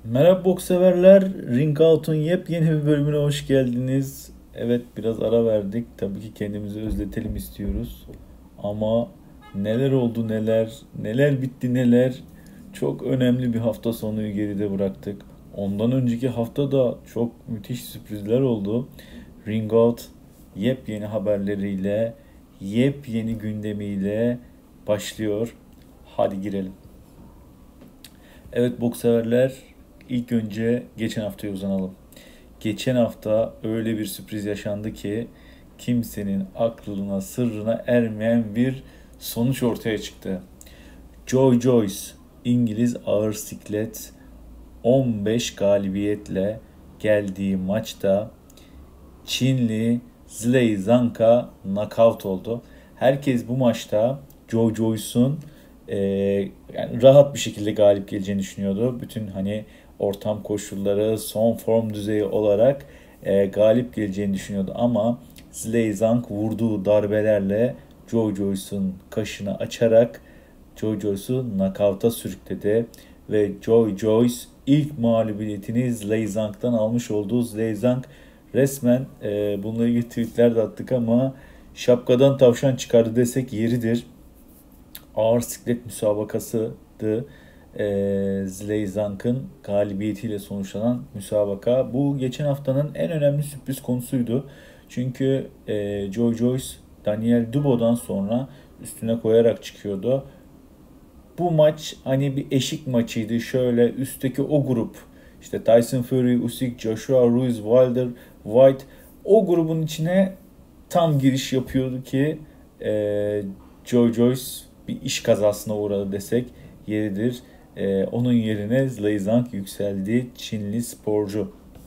Merhaba boks severler. Ring Out'un yepyeni bir bölümüne hoş geldiniz. Evet biraz ara verdik. Tabii ki kendimizi özletelim istiyoruz. Ama neler oldu neler, neler bitti neler. Çok önemli bir hafta sonuyu geride bıraktık. Ondan önceki hafta da çok müthiş sürprizler oldu. Ring Out yepyeni haberleriyle, yepyeni gündemiyle başlıyor. Hadi girelim. Evet boks severler, ilk önce geçen haftaya uzanalım. Geçen hafta öyle bir sürpriz yaşandı ki kimsenin aklına sırrına ermeyen bir sonuç ortaya çıktı. Joe Joyce, İngiliz ağır siklet 15 galibiyetle geldiği maçta Çinli Zhilei Zhang'a knockout oldu. Herkes bu maçta Joe Joyce'un e, yani rahat bir şekilde galip geleceğini düşünüyordu. Bütün hani ortam koşulları, son form düzeyi olarak galip geleceğini düşünüyordu. Ama Zhilei Zhang vurduğu darbelerle Joe Joyce'un kaşını açarak Joe Joyce'u knockout'a sürükledi. Ve Joe Joyce ilk mağlubiyetini Zhilei Zhang'dan almış oldu. Zhilei Zhang resmen bununla ilgili tweetler de attık ama şapkadan tavşan çıkardı desek yeridir. Ağır siklet müsabakasıydı. Zilei Zhang'ın galibiyetiyle sonuçlanan müsabaka. Bu geçen haftanın en önemli sürpriz konusuydu. Çünkü Joe Joyce Daniel Dubois'dan sonra üstüne koyarak çıkıyordu. Bu maç hani bir eşik maçıydı. Şöyle üstteki o grup işte Tyson Fury, Usyk, Joshua, Ruiz, Wilder, White o grubun içine tam giriş yapıyordu ki Joe Joyce bir iş kazasına uğradı desek yeridir. Onun yerine Zhang yükseldi, Çinli sporcu.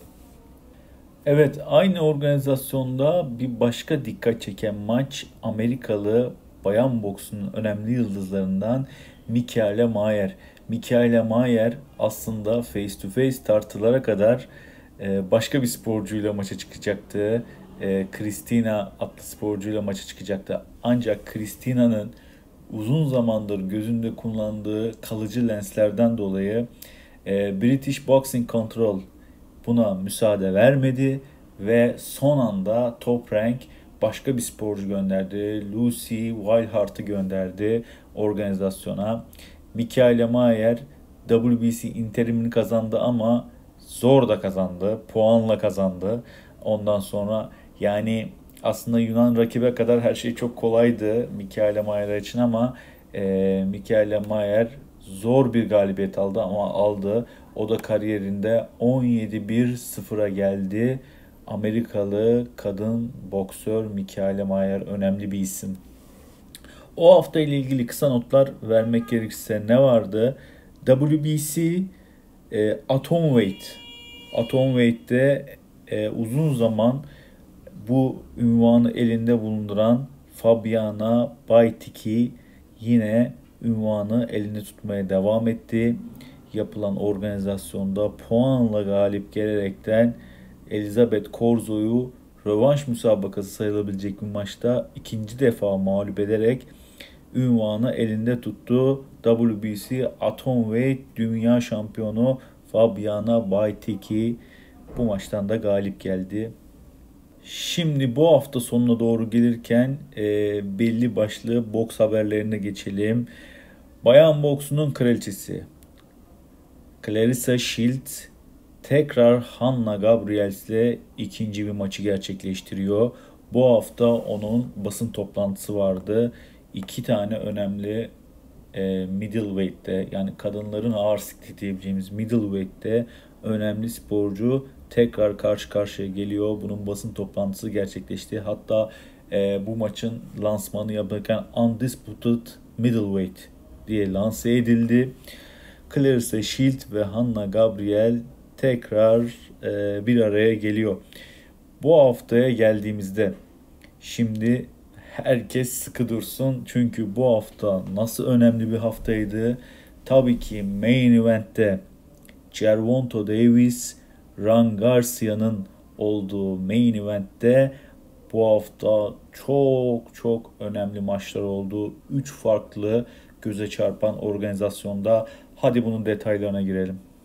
Evet, aynı organizasyonda bir başka dikkat çeken maç Amerikalı bayan boksunun önemli yıldızlarından Mikaela Mayer. Mikaela Mayer aslında face to face tartılara kadar başka bir sporcuyla maça çıkacaktı. Christina adlı sporcuyla maça çıkacaktı. Ancak Christina'nın uzun zamandır gözünde kullandığı kalıcı lenslerden dolayı British Boxing Control buna müsaade vermedi ve son anda Top Rank başka bir sporcu gönderdi. Lucy Wildheart'ı gönderdi organizasyona. Mikaela Mayer WBC interimini kazandı ama zor da kazandı. Puanla kazandı. Ondan sonra yani aslında Yunan rakibe kadar her şey çok kolaydı Mikaela Mayer için ama Mikaela Mayer zor bir galibiyet aldı ama aldı. O da kariyerinde 17-1-0'a geldi. Amerikalı kadın boksör Mikaela Mayer önemli bir isim. O hafta ile ilgili kısa notlar vermek gerekirse ne vardı? WBC Atomweight. Atomweight'te uzun zaman bu ünvanı elinde bulunduran Fabiana Baitiki yine ünvanı elinde tutmaya devam etti. Yapılan organizasyonda puanla galip gelerekten Elizabeth Corzo'yu rövanş müsabakası sayılabilecek bir maçta ikinci defa mağlup ederek ünvanı elinde tuttu. WBC Atomweight Dünya Şampiyonu Fabiana Baitiki bu maçtan da galip geldi. Şimdi bu hafta sonuna doğru gelirken belli başlı boks haberlerine geçelim. Bayan boksunun kraliçesi Clarissa Shields tekrar Hanna Gabriels ile ikinci bir maçı gerçekleştiriyor. Bu hafta onun basın toplantısı vardı. İki tane önemli middleweight'te yani kadınların ağır siklet diyebileceğimiz middleweight'te önemli sporcu tekrar karşı karşıya geliyor. Bunun basın toplantısı gerçekleşti. Hatta bu maçın lansmanı yapılırken Undisputed Middleweight diye lanse edildi. Clarissa Shield ve Hanna Gabriel tekrar bir araya geliyor. Bu haftaya geldiğimizde şimdi herkes sıkı dursun çünkü bu hafta nasıl önemli bir haftaydı. Tabii ki main event'te Gervonta Davis, Ryan Garcia'nın olduğu main event'te bu hafta çok çok önemli maçlar oldu. 3 farklı göze çarpan organizasyonda. Hadi bunun detaylarına girelim.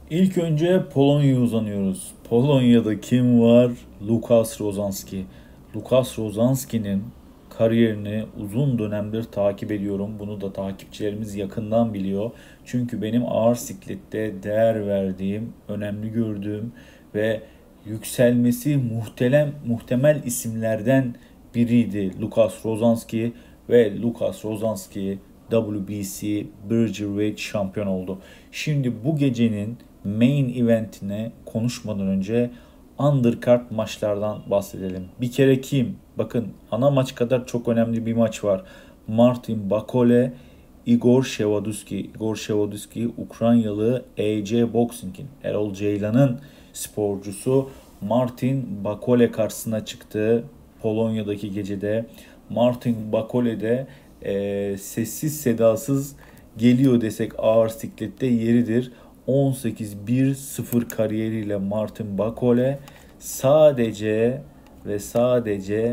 İlk önce Polonya'ya uzanıyoruz. Polonya'da kim var? Lukas Rozanski. Lukas Rozanski'nin kariyerini uzun dönemdir takip ediyorum. Bunu da takipçilerimiz yakından biliyor. Çünkü benim ağır siklette değer verdiğim, önemli gördüğüm ve yükselmesi muhtemel isimlerden biriydi Lukas Rozanski ve Lukas Rozanski WBC Bridgerweight şampiyon oldu. Şimdi bu gecenin main eventine konuşmadan önce undercard maçlardan bahsedelim. Bir kere kim? Bakın ana maç kadar çok önemli bir maç var. Martin Bakole, Igor Shevaduski. Igor Shevaduski Ukraynalı AJ Boxing'in, Erol Ceylan'ın sporcusu. Martin Bakole karşısına çıktı Polonya'daki gecede. Martin Bakole de sessiz sedasız geliyor desek ağır siklette yeridir. 18-1-0 kariyeriyle Martin Bakole sadece ve sadece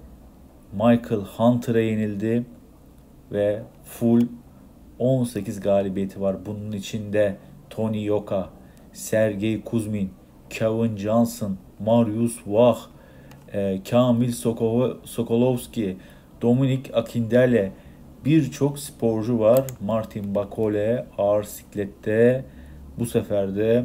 Michael Hunter'a yenildi ve full 18 galibiyeti var. Bunun içinde Tony Yoka, Sergey Kuzmin, Kevin Johnson, Mariusz Wach, Kamil Sokolovski, Dominik Akindele, birçok sporcu var. Martin Bakole ağır siklette bu sefer de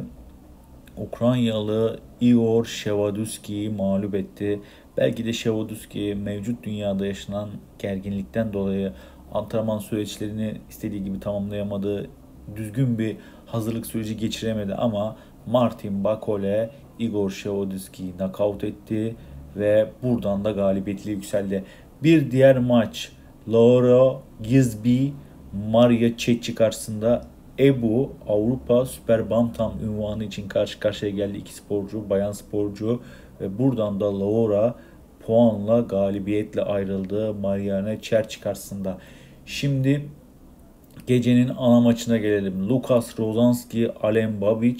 Ukraynalı Igor Shevaduski'yi mağlup etti. Belki de Shevaduski mevcut dünyada yaşanan gerginlikten dolayı antrenman süreçlerini istediği gibi tamamlayamadı. Düzgün bir hazırlık süreci geçiremedi ama Martin Bakole Igor Shevaduski'yi nakavt etti ve buradan da galibiyetle yükseldi. Bir diğer maç Laura Gizby Maria Cecchi karşısında Ebu Avrupa Süper Bantam unvanı için karşı karşıya geldi iki sporcu, bayan sporcu ve buradan da Laura puanla galibiyetle ayrıldı Mariana Cecchi karşısında. Şimdi gecenin ana maçına gelelim. Lukas Rozanski, Alen Babic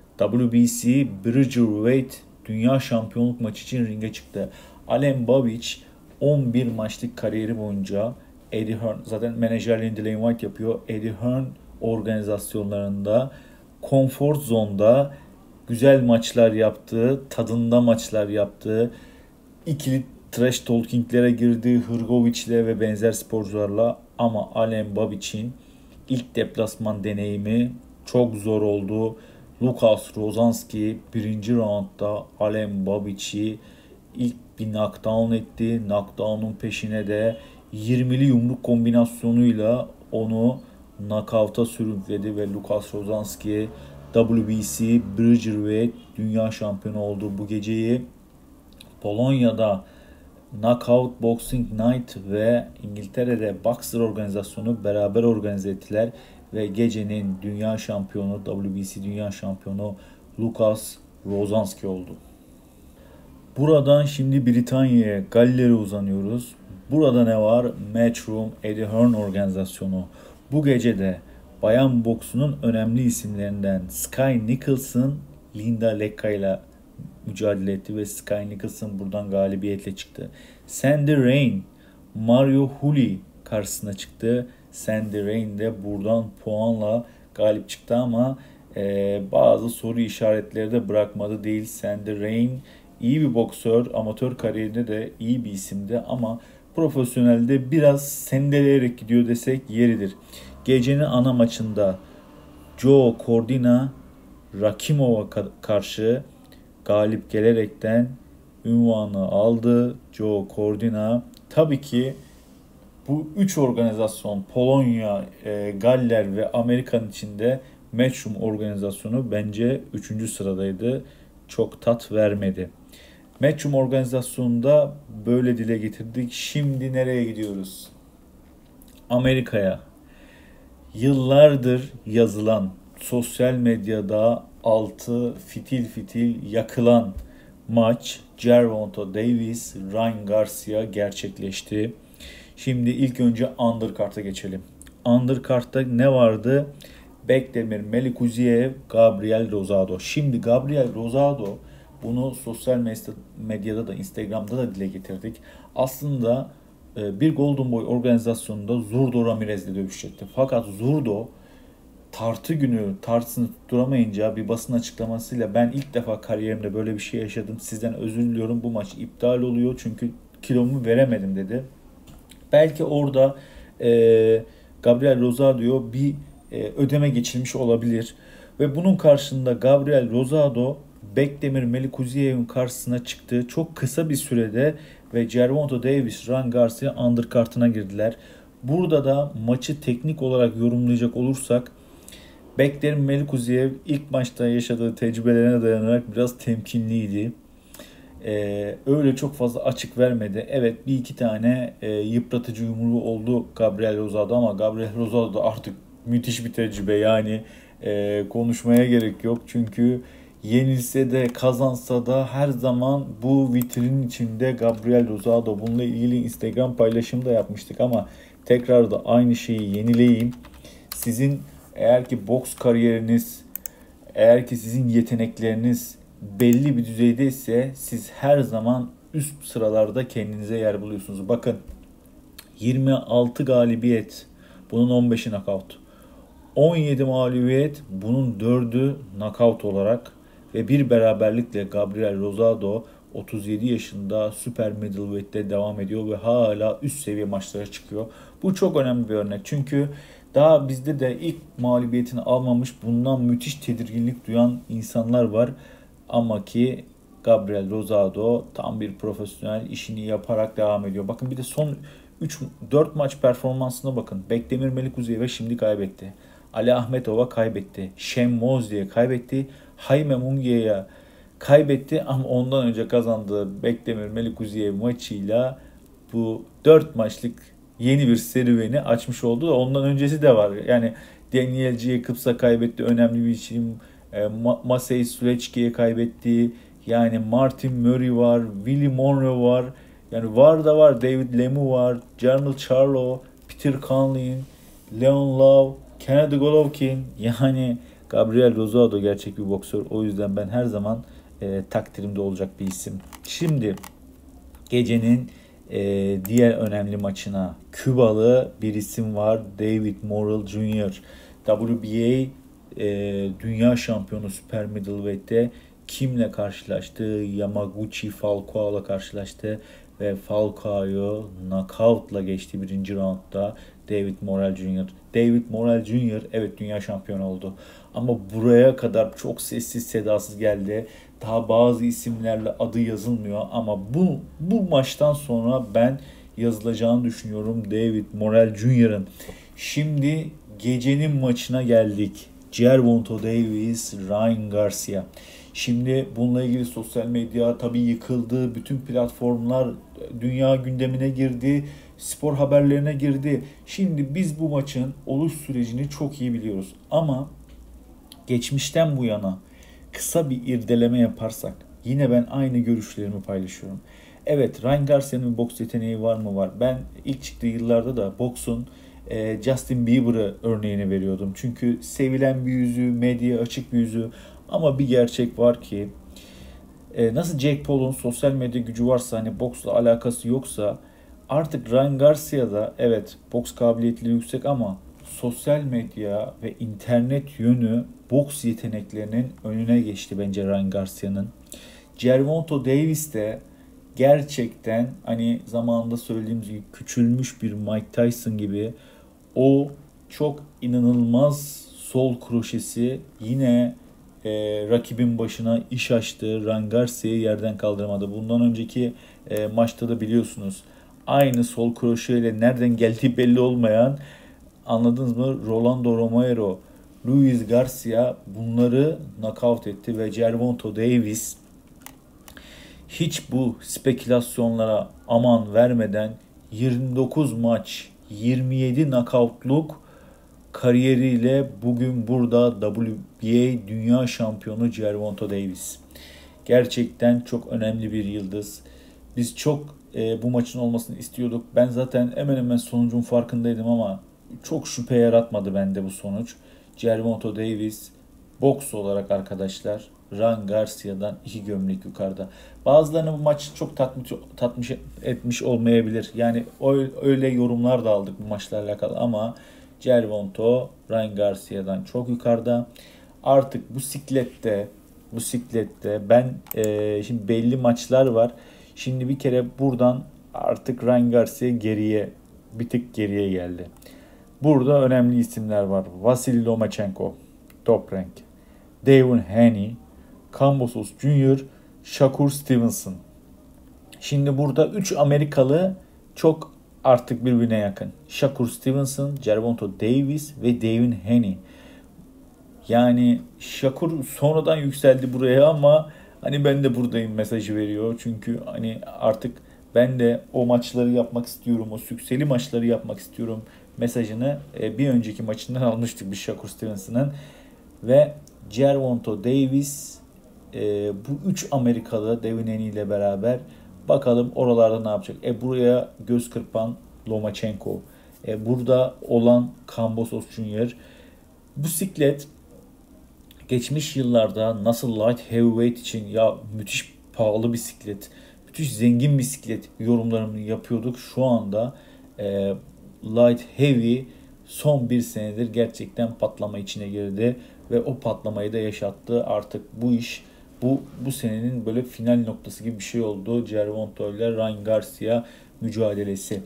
WBC Bridgerweight Dünya Şampiyonluk maçı için ringe çıktı. Alen Babic 11 maçlık kariyeri boyunca Eddie Hearn, zaten menajerliğini Dillian Whyte yapıyor. Eddie Hearn organizasyonlarında Comfort Zone'da güzel maçlar yaptı, tadında maçlar yaptı. İkili trash talkinglere girdi Hrgovic'le ve benzer sporcularla ama Alen Babic'in ilk deplasman deneyimi çok zor oldu. Lukas Rozanski birinci roundda Alen Babic'i ilk bir knockdown etti. Knockdown'un peşine de 20'li yumruk kombinasyonuyla onu knockout'a sürükledi ve Lukas Rozanski WBC Bridgerweight Dünya Şampiyonu oldu. Bu geceyi Polonya'da Knockout Boxing Night ve İngiltere'de Boxer organizasyonu beraber organize ettiler ve gecenin dünya şampiyonu, WBC dünya şampiyonu Lukas Rozanski oldu. Buradan şimdi Britanya'ya, Galler'e uzanıyoruz. Burada ne var? Matchroom Eddie Hearn organizasyonu. Bu gecede bayan boksunun önemli isimlerinden Sky Nicholson, Linda Lecca ile mücadele etti ve Sky Nicholson buradan galibiyetle çıktı. Sandy Rain, Mario Huli karşısına çıktı. Sandy Rain de buradan puanla galip çıktı ama bazı soru işaretleri de bırakmadı değil. Sandy Rain iyi bir boksör, amatör kariyerinde de iyi bir isimdi ama profesyonelde biraz sendeleyerek gidiyor desek yeridir. Gecenin ana maçında Joe Cordina Rakimova karşı galip gelerekten unvanı aldı Joe Cordina. Tabii ki bu 3 organizasyon Polonya, Galler ve Amerika'nın içinde Matchroom organizasyonu bence 3. sıradaydı. Çok tat vermedi. Matchroom organizasyonunda böyle dile getirdik. Şimdi nereye gidiyoruz? Amerika'ya. Yıllardır yazılan, sosyal medyada altı fitil fitil yakılan maç Gervonta Davis, Ryan Garcia gerçekleşti. Şimdi ilk önce undercard'a geçelim. Undercard'da ne vardı? Bekdemir Melikuziev, Gabriel Rosado. Şimdi Gabriel Rosado, bunu sosyal medyada da Instagram'da da dile getirdik. Aslında bir Golden Boy organizasyonunda Zurdo Ramirez'le dövüşecekti. Fakat Zurdo tartı günü tartısını tutturamayınca bir basın açıklamasıyla ben ilk defa kariyerimde böyle bir şey yaşadım. Sizden özür diliyorum. Bu maç iptal oluyor çünkü kilomu veremedim dedi. Belki orada Gabriel Rosado'ya bir ödeme geçilmiş olabilir. Ve bunun karşında Gabriel Rosado Bekdemir Melikuziyev'in karşısına çıktı. Çok kısa bir sürede ve Gervonta Davis, Ryan Garcia undercard'ına girdiler. Burada da maçı teknik olarak yorumlayacak olursak Bekdemir Melikuziyev ilk maçta yaşadığı tecrübelerine dayanarak biraz temkinliydi. Öyle çok fazla açık vermedi. Evet bir iki tane yıpratıcı yumruğu oldu Gabriel Rosado ama Gabriel Rosado da artık müthiş bir tecrübe. Yani konuşmaya gerek yok. Çünkü yenilse de kazansa da her zaman bu vitrinin içinde Gabriel Rosado. Bununla ilgili Instagram paylaşımı da yapmıştık ama tekrar da aynı şeyi yenileyim. Sizin eğer ki boks kariyeriniz, eğer ki sizin yetenekleriniz belli bir düzeydeyse siz her zaman üst sıralarda kendinize yer buluyorsunuz. Bakın 26 galibiyet, bunun 15'i knockout. 17 mağlubiyet, bunun 4'ü knockout olarak ve bir beraberlikle Gabriel Rosado 37 yaşında Super Middleweight'te devam ediyor ve hala üst seviye maçlara çıkıyor. Bu çok önemli bir örnek. Çünkü daha bizde de ilk mağlubiyetini almamış, bundan müthiş tedirginlik duyan insanlar var. Ama ki Gabriel Rosado tam bir profesyonel, işini yaparak devam ediyor. Bakın bir de son 4 maç performansına bakın. Bekdemir Melikuziyev'e şimdi kaybetti. Ali Ahmetova kaybetti. Shem Mozli'ye kaybetti. Jaime Mungier'e kaybetti ama ondan önce kazandığı Bekdemir Melikuziyev maçıyla bu 4 maçlık yeni bir serüveni açmış oldu da ondan öncesi de var. Yani Daniel Jacobs'a kaybetti, önemli bir isim. Masei Sulecki'ye kaybetti. Yani Martin Murray var, Willie Monroe var. Yani var da var. David Lemieux var, Jermell Charlo, Peter Conlin, Leon Love, Kennedy Golovkin. Yani Gabriel Rosado gerçek bir boksör. O yüzden ben her zaman takdirimde olacak bir isim. Şimdi gecenin diğer önemli maçına Kübalı bir isim var. David Morrell Jr. WBA dünya şampiyonu Super Middleweight'te kimle karşılaştı? Yamaguchi Falcao'la karşılaştı ve Falcao'yu knockout'la geçti birinci roundda David Morrell Jr. David Morrell Jr. evet dünya şampiyonu oldu. Ama buraya kadar çok sessiz sedasız geldi. Daha bazı isimlerle adı yazılmıyor ama bu maçtan sonra ben yazılacağını düşünüyorum David Morrell Jr.'ın. Şimdi gecenin maçına geldik. Gervonta Davis, Ryan Garcia. Şimdi bununla ilgili sosyal medya tabii yıkıldı. Bütün platformlar dünya gündemine girdi. Spor haberlerine girdi. Şimdi biz bu maçın oluş sürecini çok iyi biliyoruz. Ama geçmişten bu yana kısa bir irdeleme yaparsak yine ben aynı görüşlerimi paylaşıyorum. Evet, Ryan Garcia'nın bir boks yeteneği var mı? Var. Ben ilk çıktığı yıllarda da boksun Justin Bieber'ı örneğini veriyordum. Çünkü sevilen bir yüzü, medyaya açık bir yüzü. Ama bir gerçek var ki nasıl Jake Paul'un sosyal medya gücü varsa hani boksla alakası yoksa artık Ryan Garcia'da evet boks kabiliyetleri yüksek ama sosyal medya ve internet yönü boks yeteneklerinin önüne geçti bence Ryan Garcia'nın. Gervonta Davis de gerçekten hani zamanında söylediğimiz gibi küçülmüş bir Mike Tyson gibi o çok inanılmaz sol kroşesi yine rakibin başına iş açtı. Ryan Garcia'yı yerden kaldıramadı. Bundan önceki maçta da biliyorsunuz aynı sol kroşeyle nereden geldiği belli olmayan anladınız mı? Rolando Romero, Luis Garcia bunları knockout etti ve Gervonta Davis hiç bu spekülasyonlara aman vermeden 29 maç 27 knockout'luk kariyeriyle bugün burada WBA dünya şampiyonu Gervonta Davis. Gerçekten çok önemli bir yıldız. Biz çok bu maçın olmasını istiyorduk. Ben zaten hemen hemen sonucun farkındaydım ama çok şüphe yaratmadı bende bu sonuç. Gervonta Davis boks olarak arkadaşlar Ryan Garcia'dan 2 gömlek yukarıda. Bazılarını bu maç çok tatmış etmiş olmayabilir. Yani öyle yorumlar da aldık bu maçla alakalı ama Gervonta Ryan Garcia'dan çok yukarıda. Artık bu siklette ben şimdi belli maçlar var. Şimdi bir kere buradan artık Ryan Garcia bir tık geriye geldi. Burada önemli isimler var. Vasily Lomachenko, top rank. Devin Haney, Kambosos Jr., Shakur Stevenson. Şimdi burada 3 Amerikalı çok artık birbirine yakın. Shakur Stevenson, Gervonta Davis ve Devin Haney. Yani Shakur sonradan yükseldi buraya ama hani ben de buradayım mesajı veriyor. Çünkü hani artık ben de o maçları yapmak istiyorum. O sükseli maçları yapmak istiyorum mesajını bir önceki maçından almıştık bir Shakur Stevenson'ın. Ve Gervonta Davis bu 3 Amerikalı Devin Haney ile beraber bakalım oralarda ne yapacak. Buraya göz kırpan Lomachenko. Burada olan Kambosos Jr. Bu siklet geçmiş yıllarda nasıl light heavyweight için ya müthiş pahalı bisiklet, müthiş zengin bisiklet yorumlarını yapıyorduk. Şu anda light heavy son bir senedir gerçekten patlama içine girdi ve o patlamayı da yaşattı. Artık bu iş bu senenin böyle final noktası gibi bir şey oldu. Gervonta ile Ryan Garcia mücadelesi.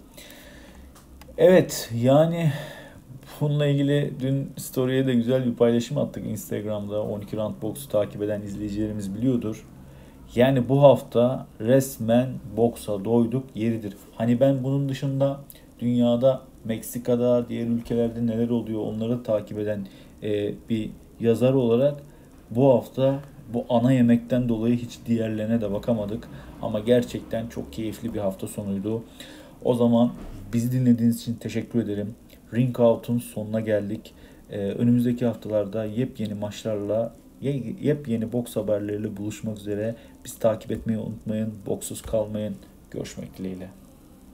Evet yani bununla ilgili dün story'e de güzel bir paylaşım attık Instagram'da. 12 Round Box'u takip eden izleyicilerimiz biliyordur. Yani bu hafta resmen boksa doyduk yeridir. Hani ben bunun dışında dünyada, Meksika'da, diğer ülkelerde neler oluyor onları takip eden bir yazar olarak bu hafta bu ana yemekten dolayı hiç diğerlerine de bakamadık. Ama gerçekten çok keyifli bir hafta sonuydu. O zaman bizi dinlediğiniz için teşekkür ederim. Ring Out'un sonuna geldik. Önümüzdeki haftalarda yepyeni maçlarla, yepyeni boks haberleriyle buluşmak üzere. Bizi takip etmeyi unutmayın. Boksuz kalmayın. Görüşmek dileğiyle.